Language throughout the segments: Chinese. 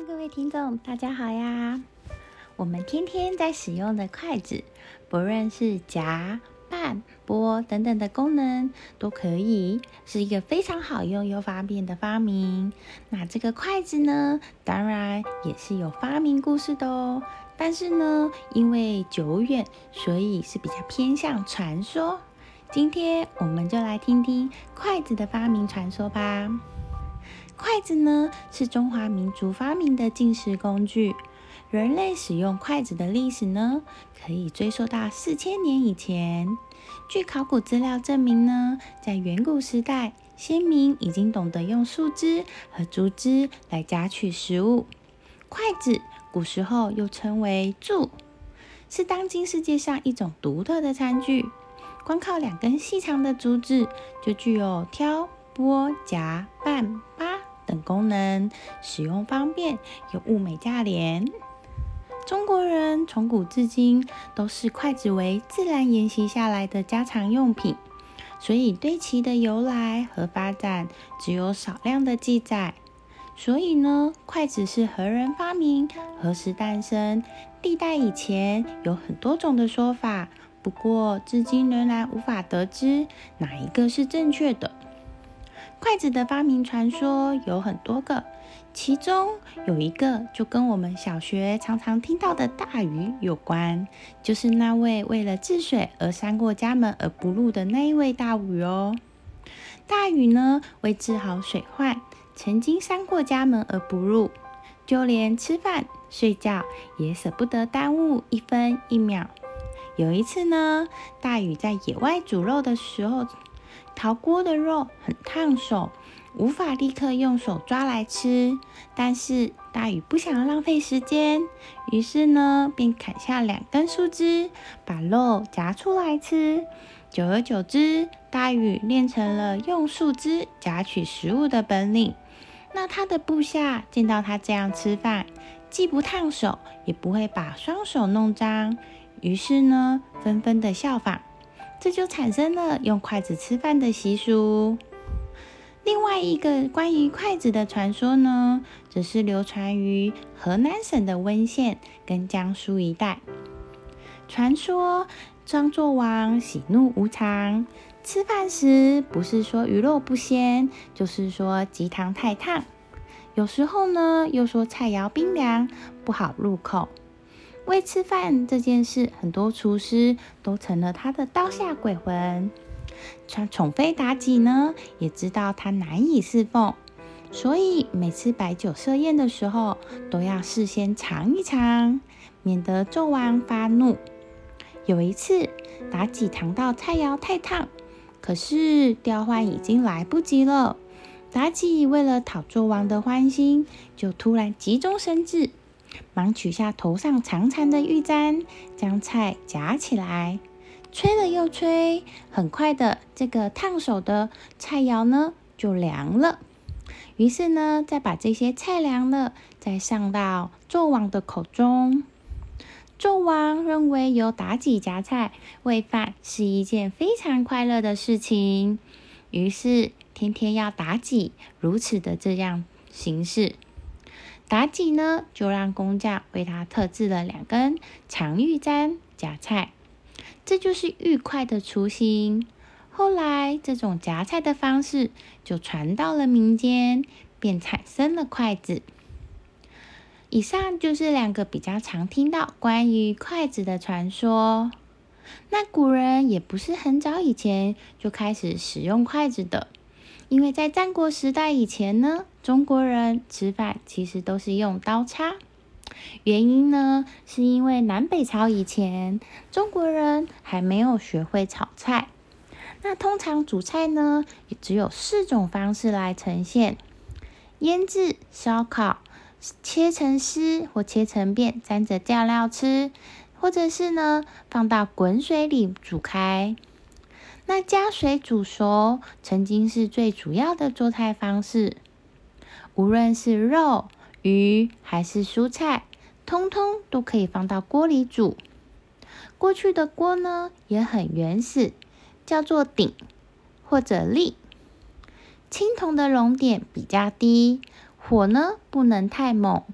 各位听众，大家好呀！我们天天在使用的筷子，不论是夹、拌、拨等等的功能，都可以是一个非常好用又方便的发明。那这个筷子呢，当然也是有发明故事的哦。但是呢，因为久远，所以是比较偏向传说。今天我们就来听听筷子的发明传说吧。筷子呢，是中华民族发明的进食工具。人类使用筷子的历史呢，可以追溯到4000年以前。据考古资料证明呢，在远古时代，先民已经懂得用树枝和竹枝来夹取食物。筷子古时候又称为箸，是当今世界上一种独特的餐具。光靠2根细长的竹子，就具有挑、拨、夹、拌、扒等功能，使用方便，又物美价廉。中国人从古至今都视筷子为自然沿袭下来的家常用品，所以对其的由来和发展只有少量的记载。所以呢，筷子是何人发明、何时诞生，历代以前有很多种的说法，不过至今仍然无法得知哪一个是正确的。筷子的发明传说有很多个，其中有一个就跟我们小学常常听到的大禹有关，就是那位为了治水而三过家门而不入的那一位大禹哦。大禹呢，为治好水患，曾经三过家门而不入，就连吃饭睡觉也舍不得耽误1分1秒。有一次呢，大禹在野外煮肉的时候，陶锅的肉很烫手，无法立刻用手抓来吃。但是大禹不想要浪费时间，于是呢，便砍下2根树枝，把肉夹出来吃。久而久之，大禹练成了用树枝夹取食物的本领。那他的部下见到他这样吃饭，既不烫手，也不会把双手弄脏，于是呢，纷纷的效仿。这就产生了用筷子吃饭的习俗。另外一个关于筷子的传说呢，则是流传于河南省的温县跟江苏一带。传说商纣王喜怒无常，吃饭时不是说鱼肉不鲜，就是说鸡汤太烫，有时候呢又说菜肴冰凉，不好入口。为吃饭这件事，很多厨师都成了他的刀下鬼魂。宠妃妲己呢，也知道他难以侍奉，所以每次摆酒设宴的时候，都要事先尝一尝，免得纣王发怒。有一次，妲己尝到菜肴太烫，可是调换已经来不及了。妲己为了讨纣王的欢心，就突然急中生智，忙取下头上长长的玉簪，将菜夹起来，吹了又吹，很快的，这个烫手的菜肴呢就凉了。于是呢，再把这些菜凉了，再上到纣王的口中。纣王认为由妲己夹菜喂饭是一件非常快乐的事情，于是天天要妲己如此的这样行事。妲己呢，就让工匠为她特制了2根长玉簪夹菜，这就是玉筷的雏形。后来，这种夹菜的方式就传到了民间，便产生了筷子。以上就是2个比较常听到关于筷子的传说。那古人也不是很早以前就开始使用筷子的，因为在战国时代以前呢，中国人吃饭其实都是用刀叉。原因呢，是因为南北朝以前，中国人还没有学会炒菜。那通常煮菜呢，也只有4种方式来呈现：腌制、烧烤、切成丝或切成片，沾着酱料吃，或者是呢，放到滚水里煮开。那加水煮熟曾经是最主要的做菜方式，无论是肉、鱼还是蔬菜，通通都可以放到锅里煮。过去的锅呢，也很原始，叫做鼎或者笲。青铜的熔点比较低，火呢不能太猛，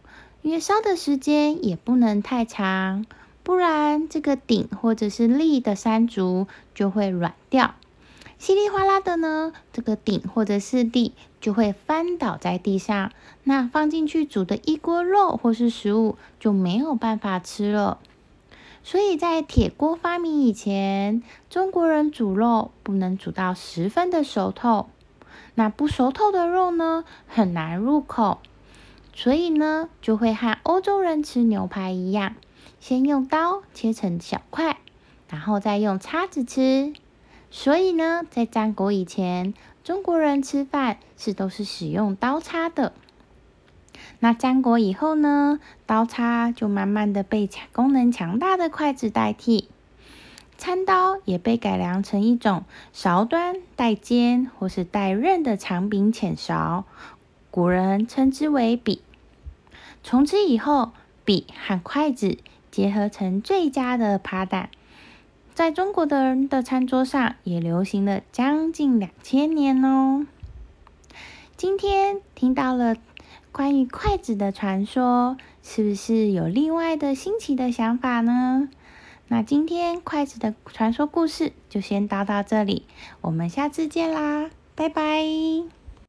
因为烧的时间也不能太长，不然这个鼎或者是立的山竹就会软掉，稀里哗啦的呢，这个鼎或者是立就会翻倒在地上，那放进去煮的一锅肉或是食物就没有办法吃了。所以在铁锅发明以前，中国人煮肉不能煮到十分的熟透，那不熟透的肉呢，很难入口，所以呢，就会和欧洲人吃牛排一样，先用刀切成小块，然后再用叉子吃。所以呢，在战国以前，中国人吃饭都是使用刀叉的。那战国以后呢，刀叉就慢慢的被功能强大的筷子代替，餐刀也被改良成一种勺端带尖或是带刃的长柄浅勺，古人称之为柄。从此以后，笔和筷子结合成最佳的搭档，在中国的人的餐桌上也流行了将近2000年哦。今天听到了关于筷子的传说，是不是有另外的新奇的想法呢？那今天筷子的传说故事就先到这里，我们下次见啦，拜拜。